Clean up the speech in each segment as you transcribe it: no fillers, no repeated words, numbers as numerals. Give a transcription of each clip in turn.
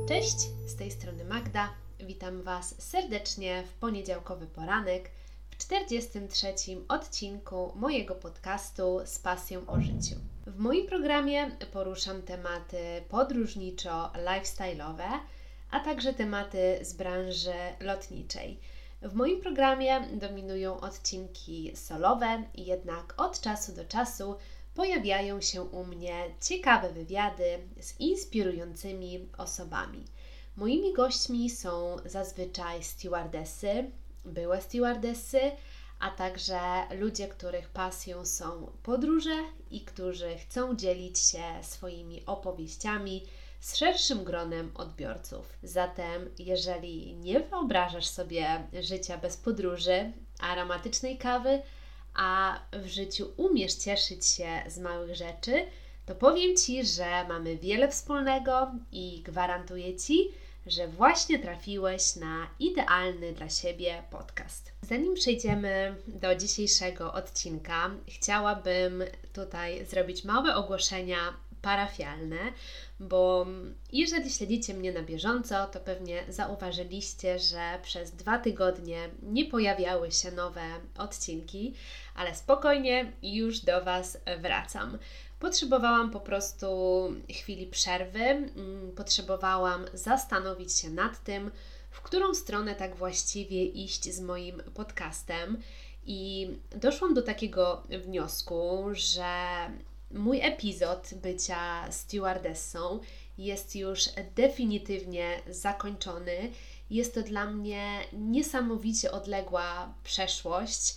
Cześć, z tej strony Magda. Witam Was serdecznie w poniedziałkowy poranek w 43. odcinku mojego podcastu z pasją o życiu. W moim programie poruszam tematy podróżniczo-lifestyle'owe, a także tematy z branży lotniczej. W moim programie dominują odcinki solowe, jednak od czasu do czasu pojawiają się u mnie ciekawe wywiady z inspirującymi osobami. Moimi gośćmi są zazwyczaj stewardessy, byłe stewardessy, a także ludzie, których pasją są podróże i którzy chcą dzielić się swoimi opowieściami z szerszym gronem odbiorców. Zatem, jeżeli nie wyobrażasz sobie życia bez podróży, aromatycznej kawy, a w życiu umiesz cieszyć się z małych rzeczy, to powiem Ci, że mamy wiele wspólnego i gwarantuję Ci, że właśnie trafiłeś na idealny dla siebie podcast. Zanim przejdziemy do dzisiejszego odcinka, chciałabym tutaj zrobić małe ogłoszenia parafialne, bo jeżeli śledzicie mnie na bieżąco, to pewnie zauważyliście, że przez 2 tygodnie nie pojawiały się nowe odcinki, ale spokojnie, już do Was wracam. Potrzebowałam po prostu chwili przerwy, potrzebowałam zastanowić się nad tym, w którą stronę tak właściwie iść z moim podcastem i doszłam do takiego wniosku, że mój epizod bycia stewardessą jest już definitywnie zakończony. Jest to dla mnie niesamowicie odległa przeszłość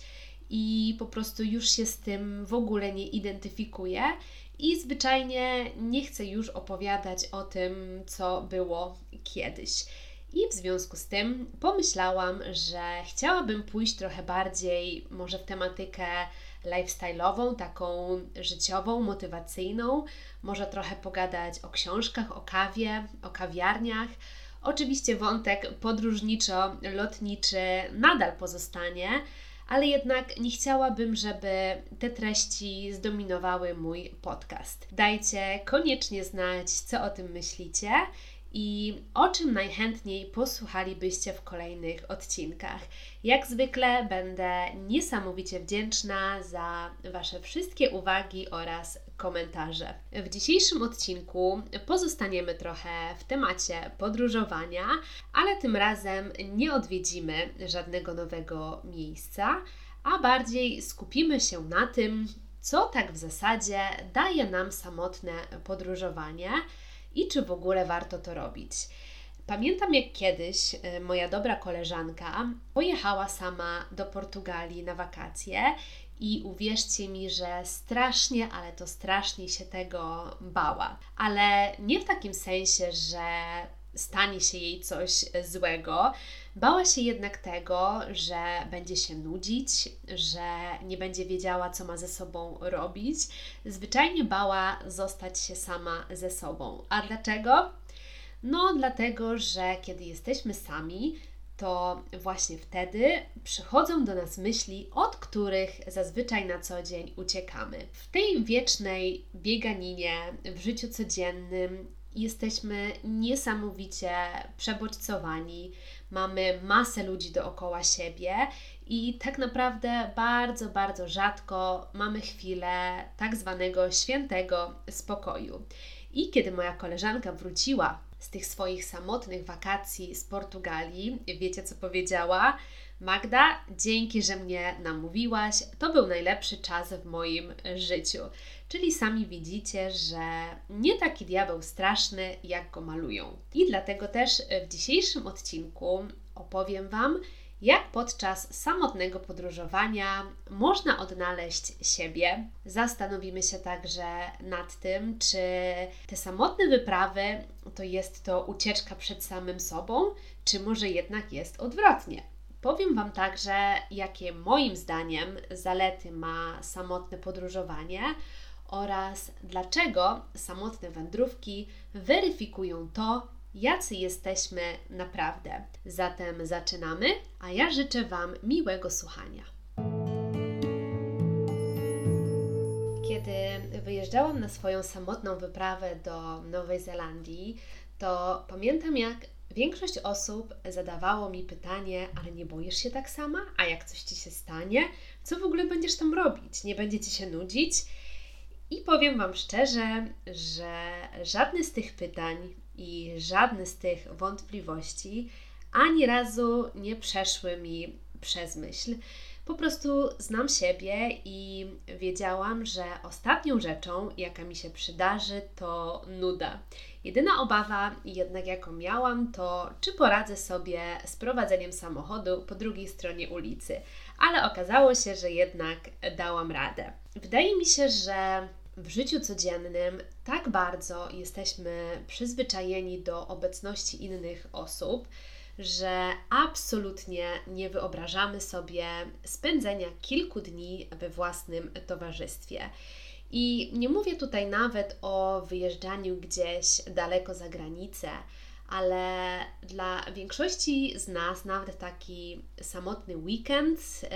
i po prostu już się z tym w ogóle nie identyfikuję i zwyczajnie nie chcę już opowiadać o tym, co było kiedyś. I w związku z tym pomyślałam, że chciałabym pójść trochę bardziej może w tematykę lifestyle'ową, taką życiową, motywacyjną, może trochę pogadać o książkach, o kawie, o kawiarniach. Oczywiście wątek podróżniczo-lotniczy nadal pozostanie, ale jednak nie chciałabym, żeby te treści zdominowały mój podcast. Dajcie koniecznie znać, co o tym myślicie i o czym najchętniej posłuchalibyście w kolejnych odcinkach. Jak zwykle będę niesamowicie wdzięczna za Wasze wszystkie uwagi oraz komentarze. W dzisiejszym odcinku pozostaniemy trochę w temacie podróżowania, ale tym razem nie odwiedzimy żadnego nowego miejsca, a bardziej skupimy się na tym, co tak w zasadzie daje nam samotne podróżowanie i czy w ogóle warto to robić. Pamiętam, jak kiedyś moja dobra koleżanka pojechała sama do Portugalii na wakacje i uwierzcie mi, że strasznie, ale to strasznie się tego bała. Ale nie w takim sensie, że stanie się jej coś złego. Bała się jednak tego, że będzie się nudzić, że nie będzie wiedziała, co ma ze sobą robić. Zwyczajnie bała zostać się sama ze sobą. A dlaczego? No dlatego, że kiedy jesteśmy sami, to właśnie wtedy przychodzą do nas myśli, od których zazwyczaj na co dzień uciekamy. W tej wiecznej bieganinie w życiu codziennym jesteśmy niesamowicie przebodźcowani, mamy masę ludzi dookoła siebie i tak naprawdę bardzo, bardzo rzadko mamy chwilę tak zwanego świętego spokoju. I kiedy moja koleżanka wróciła z tych swoich samotnych wakacji z Portugalii, wiecie co powiedziała? Magda, dzięki, że mnie namówiłaś, to był najlepszy czas w moim życiu. Czyli sami widzicie, że nie taki diabeł straszny, jak go malują. I dlatego też w dzisiejszym odcinku opowiem Wam, jak podczas samotnego podróżowania można odnaleźć siebie. Zastanowimy się także nad tym, czy te samotne wyprawy to jest to ucieczka przed samym sobą, czy może jednak jest odwrotnie. Powiem Wam także, jakie moim zdaniem zalety ma samotne podróżowanie oraz dlaczego samotne wędrówki weryfikują to, jacy jesteśmy naprawdę. Zatem zaczynamy, a ja życzę Wam miłego słuchania. Kiedy wyjeżdżałam na swoją samotną wyprawę do Nowej Zelandii, to pamiętam, jak większość osób zadawało mi pytanie: ale nie boisz się tak sama? A jak coś Ci się stanie? Co w ogóle będziesz tam robić? Nie będzie Ci się nudzić? I powiem Wam szczerze, że żadne z tych pytań i żadne z tych wątpliwości ani razu nie przeszły mi przez myśl. Po prostu znam siebie i wiedziałam, że ostatnią rzeczą, jaka mi się przydarzy, to nuda. Jedyna obawa jednak, jaką miałam, to czy poradzę sobie z prowadzeniem samochodu po drugiej stronie ulicy. Ale okazało się, że jednak dałam radę. Wydaje mi się, że w życiu codziennym tak bardzo jesteśmy przyzwyczajeni do obecności innych osób, że absolutnie nie wyobrażamy sobie spędzenia kilku dni we własnym towarzystwie. I nie mówię tutaj nawet o wyjeżdżaniu gdzieś daleko za granicę, ale dla większości z nas nawet taki samotny weekend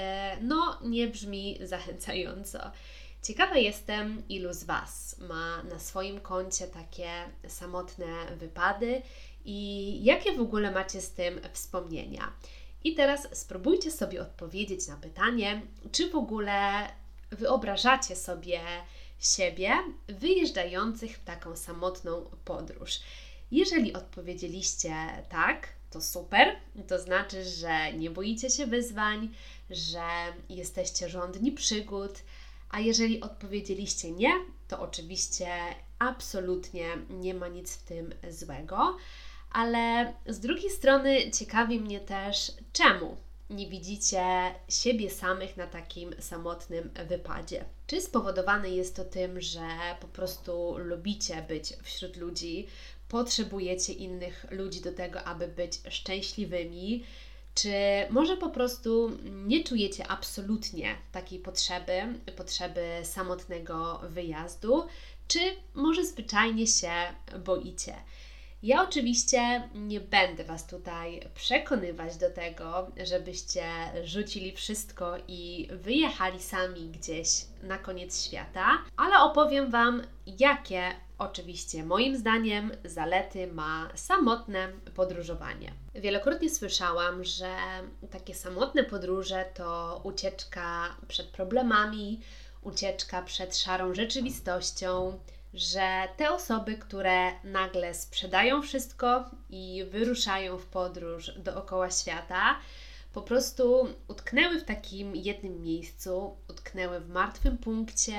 nie brzmi zachęcająco. Ciekawa jestem, ilu z Was ma na swoim koncie takie samotne wypady i jakie w ogóle macie z tym wspomnienia. I teraz spróbujcie sobie odpowiedzieć na pytanie, czy w ogóle wyobrażacie sobie siebie wyjeżdżających w taką samotną podróż. Jeżeli odpowiedzieliście tak, to super, to znaczy, że nie boicie się wyzwań, że jesteście żądni przygód, a jeżeli odpowiedzieliście nie, to oczywiście absolutnie nie ma nic w tym złego, ale z drugiej strony ciekawi mnie też, czemu nie widzicie siebie samych na takim samotnym wypadzie. Czy spowodowane jest to tym, że po prostu lubicie być wśród ludzi, potrzebujecie innych ludzi do tego, aby być szczęśliwymi, czy może po prostu nie czujecie absolutnie takiej potrzeby samotnego wyjazdu, czy może zwyczajnie się boicie? Ja oczywiście nie będę Was tutaj przekonywać do tego, żebyście rzucili wszystko i wyjechali sami gdzieś na koniec świata, ale opowiem Wam, jakie oczywiście moim zdaniem zalety ma samotne podróżowanie. Wielokrotnie słyszałam, że takie samotne podróże to ucieczka przed problemami, ucieczka przed szarą rzeczywistością, że te osoby, które nagle sprzedają wszystko i wyruszają w podróż dookoła świata, po prostu utknęły w takim jednym miejscu, utknęły w martwym punkcie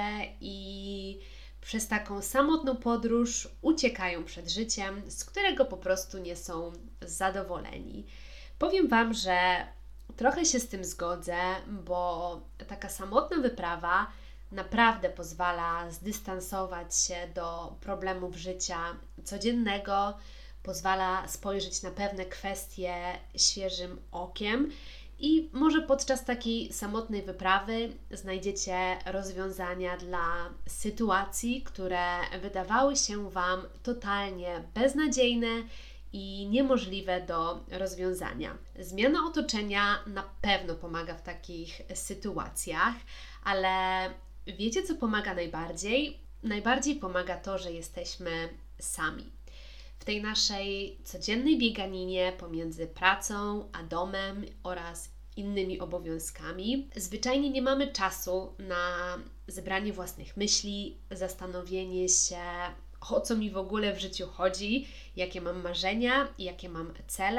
i przez taką samotną podróż uciekają przed życiem, z którego po prostu nie są zadowoleni. Powiem Wam, że trochę się z tym zgodzę, bo taka samotna wyprawa naprawdę pozwala zdystansować się do problemów życia codziennego, pozwala spojrzeć na pewne kwestie świeżym okiem i może podczas takiej samotnej wyprawy znajdziecie rozwiązania dla sytuacji, które wydawały się Wam totalnie beznadziejne i niemożliwe do rozwiązania. Zmiana otoczenia na pewno pomaga w takich sytuacjach, ale wiecie, co pomaga najbardziej? Najbardziej pomaga to, że jesteśmy sami. W tej naszej codziennej bieganinie pomiędzy pracą a domem oraz innymi obowiązkami zwyczajnie nie mamy czasu na zebranie własnych myśli, zastanowienie się, o co mi w ogóle w życiu chodzi, jakie mam marzenia, jakie mam cele.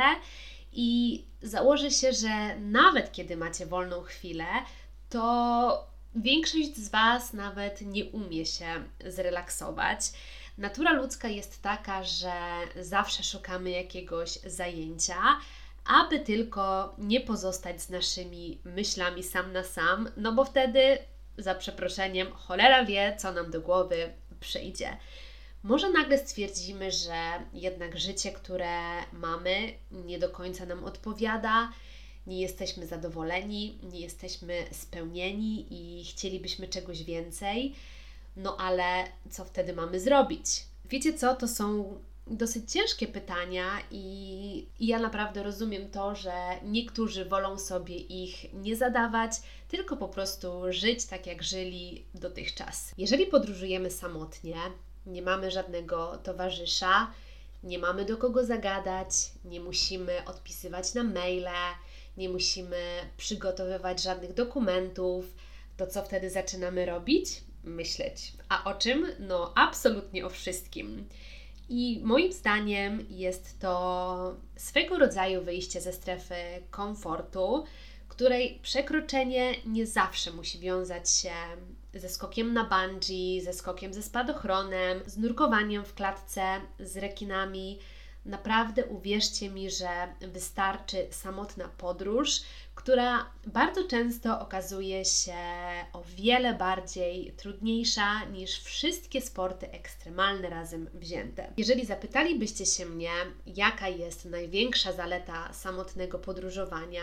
I założę się, że nawet kiedy macie wolną chwilę, to większość z Was nawet nie umie się zrelaksować. Natura ludzka jest taka, że zawsze szukamy jakiegoś zajęcia, aby tylko nie pozostać z naszymi myślami sam na sam, no bo wtedy, za przeproszeniem, cholera wie, co nam do głowy przyjdzie. Może nagle stwierdzimy, że jednak życie, które mamy, nie do końca nam odpowiada, nie jesteśmy zadowoleni, nie jesteśmy spełnieni i chcielibyśmy czegoś więcej. No ale co wtedy mamy zrobić? Wiecie co, to są dosyć ciężkie pytania i ja naprawdę rozumiem to, że niektórzy wolą sobie ich nie zadawać, tylko po prostu żyć tak, jak żyli dotychczas. Jeżeli podróżujemy samotnie, nie mamy żadnego towarzysza, Nie mamy do kogo zagadać, nie musimy odpisywać na maile, nie musimy przygotowywać żadnych dokumentów. To co wtedy zaczynamy robić? Myśleć. A o czym? No absolutnie o wszystkim. I moim zdaniem jest to swego rodzaju wyjście ze strefy komfortu, której przekroczenie nie zawsze musi wiązać się ze skokiem na bungee, ze skokiem ze spadochronem, z nurkowaniem w klatce z rekinami. Naprawdę uwierzcie mi, że wystarczy samotna podróż, która bardzo często okazuje się o wiele bardziej trudniejsza niż wszystkie sporty ekstremalne razem wzięte. Jeżeli zapytalibyście się mnie, jaka jest największa zaleta samotnego podróżowania,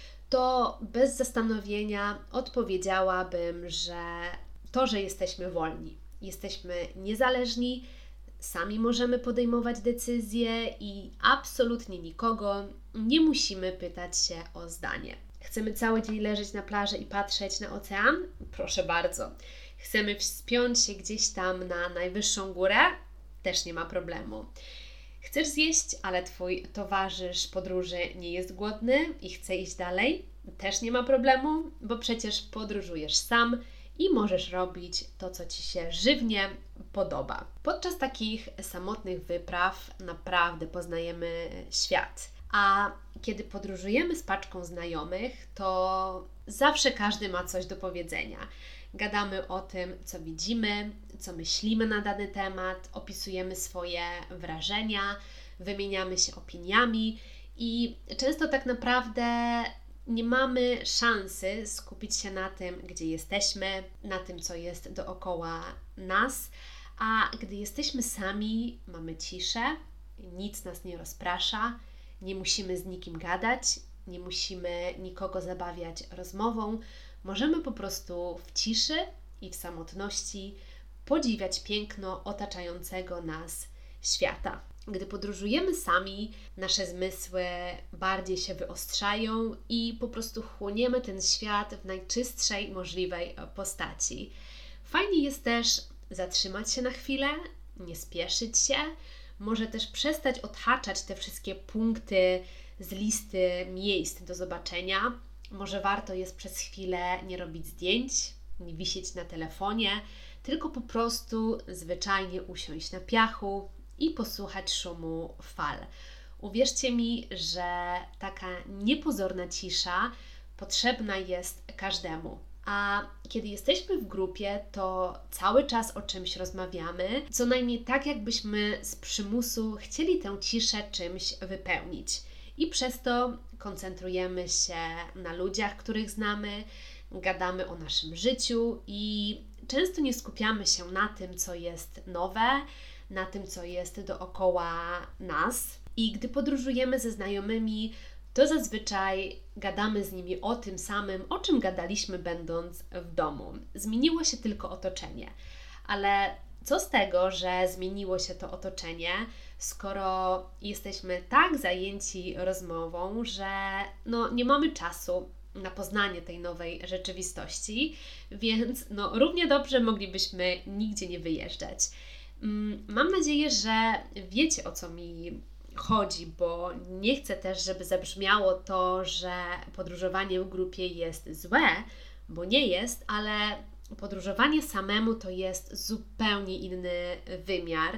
to bez zastanowienia odpowiedziałabym, że to, że jesteśmy wolni, jesteśmy niezależni, sami możemy podejmować decyzje i absolutnie nikogo nie musimy pytać się o zdanie. Chcemy cały dzień leżeć na plaży i patrzeć na ocean? Proszę bardzo. Chcemy wspiąć się gdzieś tam na najwyższą górę? Też nie ma problemu. Chcesz zjeść, ale Twój towarzysz podróży nie jest głodny i chce iść dalej? Też nie ma problemu, bo przecież podróżujesz sam i możesz robić to, co Ci się żywnie podoba. Podczas takich samotnych wypraw naprawdę poznajemy świat. A kiedy podróżujemy z paczką znajomych, to zawsze każdy ma coś do powiedzenia. Gadamy o tym, co widzimy, co myślimy na dany temat, opisujemy swoje wrażenia, wymieniamy się opiniami i często tak naprawdę nie mamy szansy skupić się na tym, gdzie jesteśmy, na tym, co jest dookoła nas, a gdy jesteśmy sami, mamy ciszę, nic nas nie rozprasza, nie musimy z nikim gadać, nie musimy nikogo zabawiać rozmową, możemy po prostu w ciszy i w samotności podziwiać piękno otaczającego nas świata. Gdy podróżujemy sami, nasze zmysły bardziej się wyostrzają i po prostu chłoniemy ten świat w najczystszej możliwej postaci. Fajnie jest też zatrzymać się na chwilę, nie spieszyć się, może też przestać odhaczać te wszystkie punkty z listy miejsc do zobaczenia. Może warto jest przez chwilę nie robić zdjęć, nie wisieć na telefonie, tylko po prostu zwyczajnie usiąść na piachu i posłuchać szumu fal. Uwierzcie mi, że taka niepozorna cisza potrzebna jest każdemu. A kiedy jesteśmy w grupie, to cały czas o czymś rozmawiamy, co najmniej tak, jakbyśmy z przymusu chcieli tę ciszę czymś wypełnić. I przez to koncentrujemy się na ludziach, których znamy, gadamy o naszym życiu i często nie skupiamy się na tym, co jest nowe, na tym, co jest dookoła nas. I gdy podróżujemy ze znajomymi, to zazwyczaj gadamy z nimi o tym samym, o czym gadaliśmy będąc w domu. Zmieniło się tylko otoczenie. Ale co z tego, że zmieniło się to otoczenie, skoro jesteśmy tak zajęci rozmową, że nie mamy czasu na poznanie tej nowej rzeczywistości, więc równie dobrze moglibyśmy nigdzie nie wyjeżdżać. Mam nadzieję, że wiecie, o co mi chodzi, bo nie chcę też, żeby zabrzmiało to, że podróżowanie w grupie jest złe, bo nie jest, ale podróżowanie samemu to jest zupełnie inny wymiar,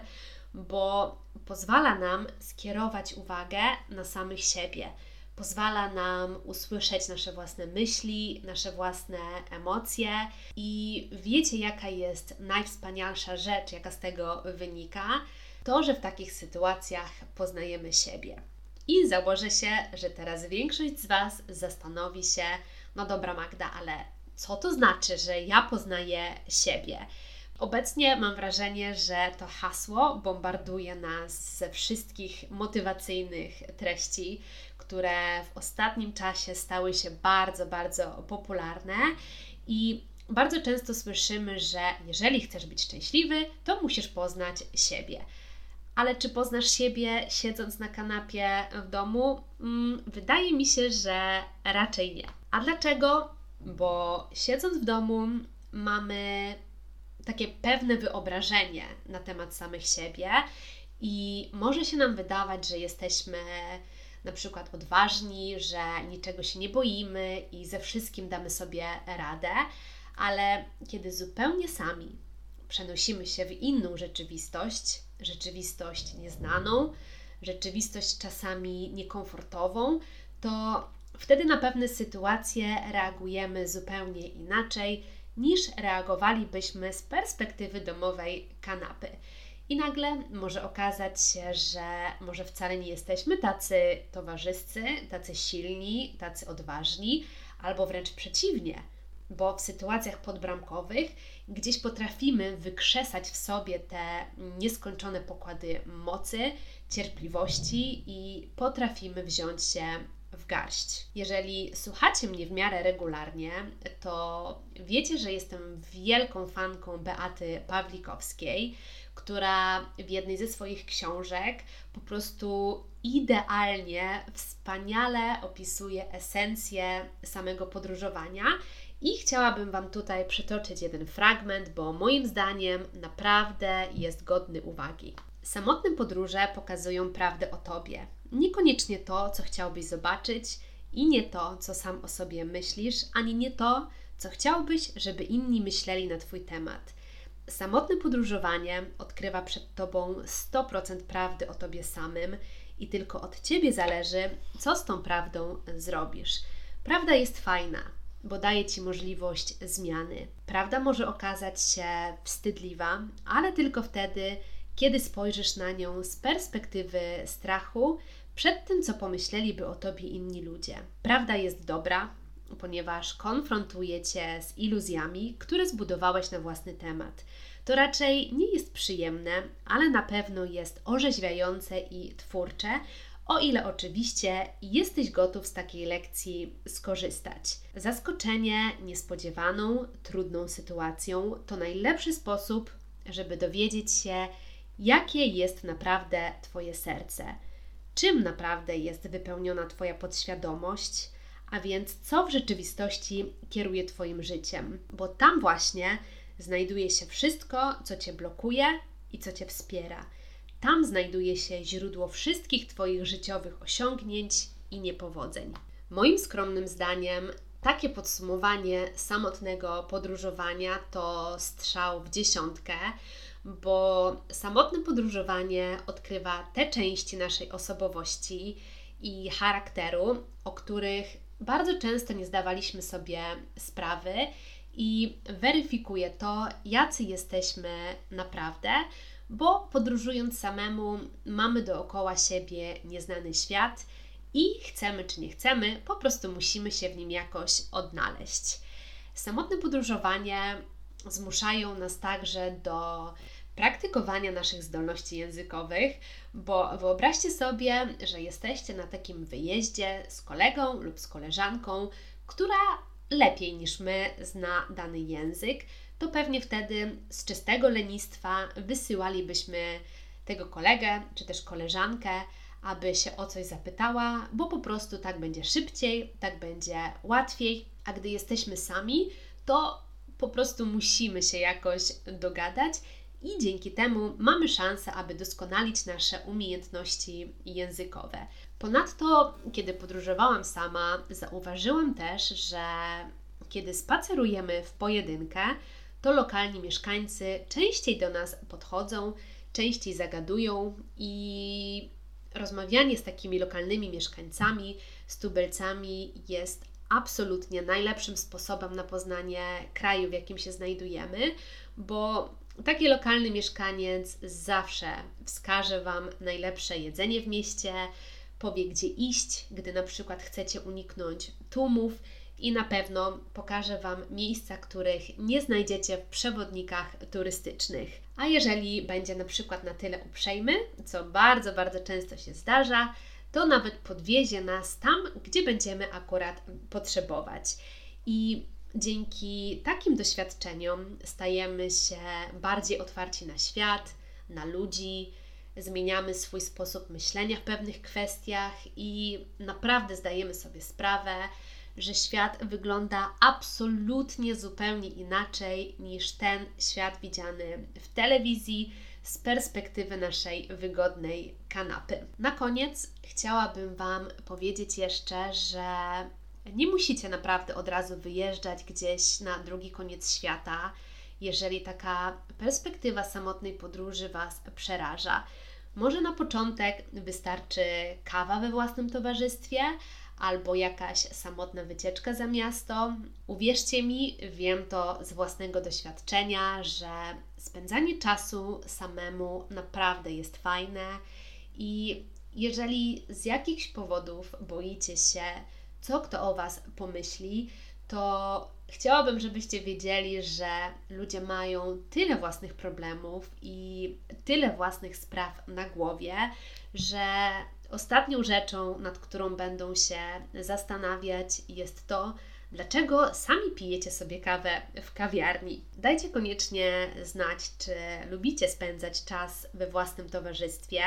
bo pozwala nam skierować uwagę na samych siebie. Pozwala nam usłyszeć nasze własne myśli, nasze własne emocje i wiecie, jaka jest najwspanialsza rzecz, jaka z tego wynika? To, że w takich sytuacjach poznajemy siebie. I założę się, że teraz większość z Was zastanowi się, dobra Magda, ale co to znaczy, że ja poznaję siebie? Obecnie mam wrażenie, że to hasło bombarduje nas ze wszystkich motywacyjnych treści, które w ostatnim czasie stały się bardzo, bardzo popularne i bardzo często słyszymy, że jeżeli chcesz być szczęśliwy, to musisz poznać siebie. Ale czy poznasz siebie siedząc na kanapie w domu? Wydaje mi się, że raczej nie. A dlaczego? Bo siedząc w domu mamy takie pewne wyobrażenie na temat samych siebie I może się nam wydawać, że jesteśmy na przykład odważni, że niczego się nie boimy i ze wszystkim damy sobie radę, ale kiedy zupełnie sami przenosimy się w inną rzeczywistość, rzeczywistość nieznaną, rzeczywistość czasami niekomfortową, to wtedy na pewne sytuacje reagujemy zupełnie inaczej niż reagowalibyśmy z perspektywy domowej kanapy. I nagle może okazać się, że może wcale nie jesteśmy tacy towarzyscy, tacy silni, tacy odważni, albo wręcz przeciwnie, bo w sytuacjach podbramkowych gdzieś potrafimy wykrzesać w sobie te nieskończone pokłady mocy, cierpliwości i potrafimy wziąć się w garść. Jeżeli słuchacie mnie w miarę regularnie, to wiecie, że jestem wielką fanką Beaty Pawlikowskiej, która w jednej ze swoich książek po prostu idealnie, wspaniale opisuje esencję samego podróżowania i chciałabym Wam tutaj przytoczyć jeden fragment, bo moim zdaniem naprawdę jest godny uwagi. Samotne podróże pokazują prawdę o Tobie. Niekoniecznie to, co chciałbyś zobaczyć i nie to, co sam o sobie myślisz, ani nie to, co chciałbyś, żeby inni myśleli na Twój temat. Samotne podróżowanie odkrywa przed Tobą 100% prawdy o Tobie samym i tylko od Ciebie zależy, co z tą prawdą zrobisz. Prawda jest fajna, bo daje Ci możliwość zmiany. Prawda może okazać się wstydliwa, ale tylko wtedy, kiedy spojrzysz na nią z perspektywy strachu przed tym, co pomyśleliby o Tobie inni ludzie. Prawda jest dobra, ponieważ konfrontuje Cię z iluzjami, które zbudowałeś na własny temat. To raczej nie jest przyjemne, ale na pewno jest orzeźwiające i twórcze, o ile oczywiście jesteś gotów z takiej lekcji skorzystać. Zaskoczenie niespodziewaną, trudną sytuacją to najlepszy sposób, żeby dowiedzieć się, jakie jest naprawdę Twoje serce, czym naprawdę jest wypełniona Twoja podświadomość, a więc co w rzeczywistości kieruje Twoim życiem, bo tam właśnie znajduje się wszystko, co Cię blokuje i co Cię wspiera. Tam znajduje się źródło wszystkich Twoich życiowych osiągnięć i niepowodzeń. Moim skromnym zdaniem takie podsumowanie samotnego podróżowania to strzał w dziesiątkę, bo samotne podróżowanie odkrywa te części naszej osobowości i charakteru, o których bardzo często nie zdawaliśmy sobie sprawy i weryfikuje to, jacy jesteśmy naprawdę, bo podróżując samemu mamy dookoła siebie nieznany świat i chcemy czy nie chcemy, po prostu musimy się w nim jakoś odnaleźć. Samotne podróżowanie zmuszają nas także do praktykowania naszych zdolności językowych, bo wyobraźcie sobie, że jesteście na takim wyjeździe z kolegą lub z koleżanką, która lepiej niż my zna dany język, to pewnie wtedy z czystego lenistwa wysyłalibyśmy tego kolegę czy też koleżankę, aby się o coś zapytała, bo po prostu tak będzie szybciej, tak będzie łatwiej, a gdy jesteśmy sami, to po prostu musimy się jakoś dogadać i dzięki temu mamy szansę, aby doskonalić nasze umiejętności językowe. Ponadto, kiedy podróżowałam sama, zauważyłam też, że kiedy spacerujemy w pojedynkę, to lokalni mieszkańcy częściej do nas podchodzą, częściej zagadują i rozmawianie z takimi lokalnymi mieszkańcami, z tubylcami jest absolutnie najlepszym sposobem na poznanie kraju, w jakim się znajdujemy, bo taki lokalny mieszkaniec zawsze wskaże Wam najlepsze jedzenie w mieście, powie gdzie iść, gdy na przykład chcecie uniknąć tłumów i na pewno pokaże Wam miejsca, których nie znajdziecie w przewodnikach turystycznych. A jeżeli będzie na przykład na tyle uprzejmy, co bardzo, bardzo często się zdarza, to nawet podwiezie nas tam, gdzie będziemy akurat potrzebować. I dzięki takim doświadczeniom stajemy się bardziej otwarci na świat, na ludzi, zmieniamy swój sposób myślenia w pewnych kwestiach i naprawdę zdajemy sobie sprawę, że świat wygląda absolutnie zupełnie inaczej niż ten świat widziany w telewizji, z perspektywy naszej wygodnej kanapy. Na koniec chciałabym Wam powiedzieć jeszcze, że nie musicie naprawdę od razu wyjeżdżać gdzieś na drugi koniec świata, jeżeli taka perspektywa samotnej podróży Was przeraża. Może na początek wystarczy kawa we własnym towarzystwie albo jakaś samotna wycieczka za miasto. Uwierzcie mi, wiem to z własnego doświadczenia, że spędzanie czasu samemu naprawdę jest fajne i jeżeli z jakichś powodów boicie się, co kto o Was pomyśli, to chciałabym, żebyście wiedzieli, że ludzie mają tyle własnych problemów i tyle własnych spraw na głowie, że ostatnią rzeczą, nad którą będą się zastanawiać, jest to, dlaczego sami pijecie sobie kawę w kawiarni. Dajcie koniecznie znać, czy lubicie spędzać czas we własnym towarzystwie,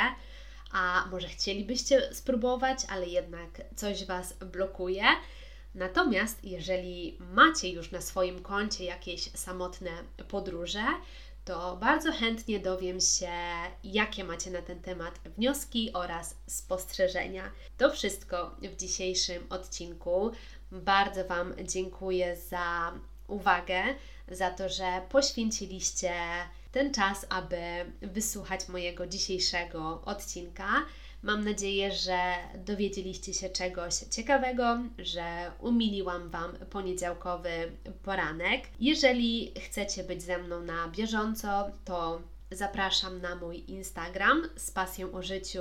a może chcielibyście spróbować, ale jednak coś Was blokuje. Natomiast jeżeli macie już na swoim koncie jakieś samotne podróże, to bardzo chętnie dowiem się, jakie macie na ten temat wnioski oraz spostrzeżenia. To wszystko w dzisiejszym odcinku. Bardzo Wam dziękuję za uwagę, za to, że poświęciliście ten czas, aby wysłuchać mojego dzisiejszego odcinka. Mam nadzieję, że dowiedzieliście się czegoś ciekawego, że umiliłam Wam poniedziałkowy poranek. Jeżeli chcecie być ze mną na bieżąco, to zapraszam na mój Instagram z pasją o życiu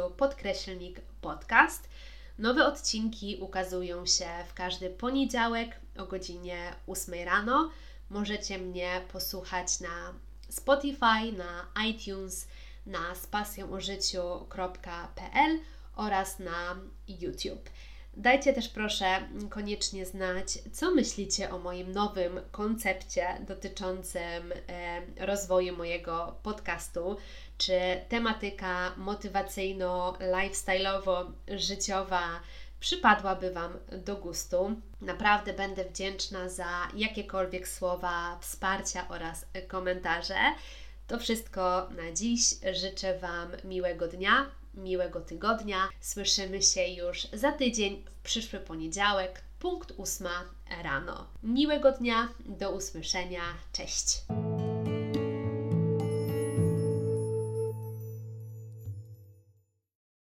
_podcast. Nowe odcinki ukazują się w każdy poniedziałek o godzinie 8 rano. Możecie mnie posłuchać na Spotify, na iTunes, na spasjonożyciu.pl oraz na YouTube. Dajcie też proszę koniecznie znać, co myślicie o moim nowym koncepcie dotyczącym rozwoju mojego podcastu. Czy tematyka motywacyjno-lifestyle'owo-życiowa przypadłaby Wam do gustu. Naprawdę będę wdzięczna za jakiekolwiek słowa wsparcia oraz komentarze. To wszystko na dziś. Życzę Wam miłego dnia, miłego tygodnia. Słyszymy się już za tydzień, w przyszły poniedziałek, punkt 8 rano. Miłego dnia, do usłyszenia. Cześć!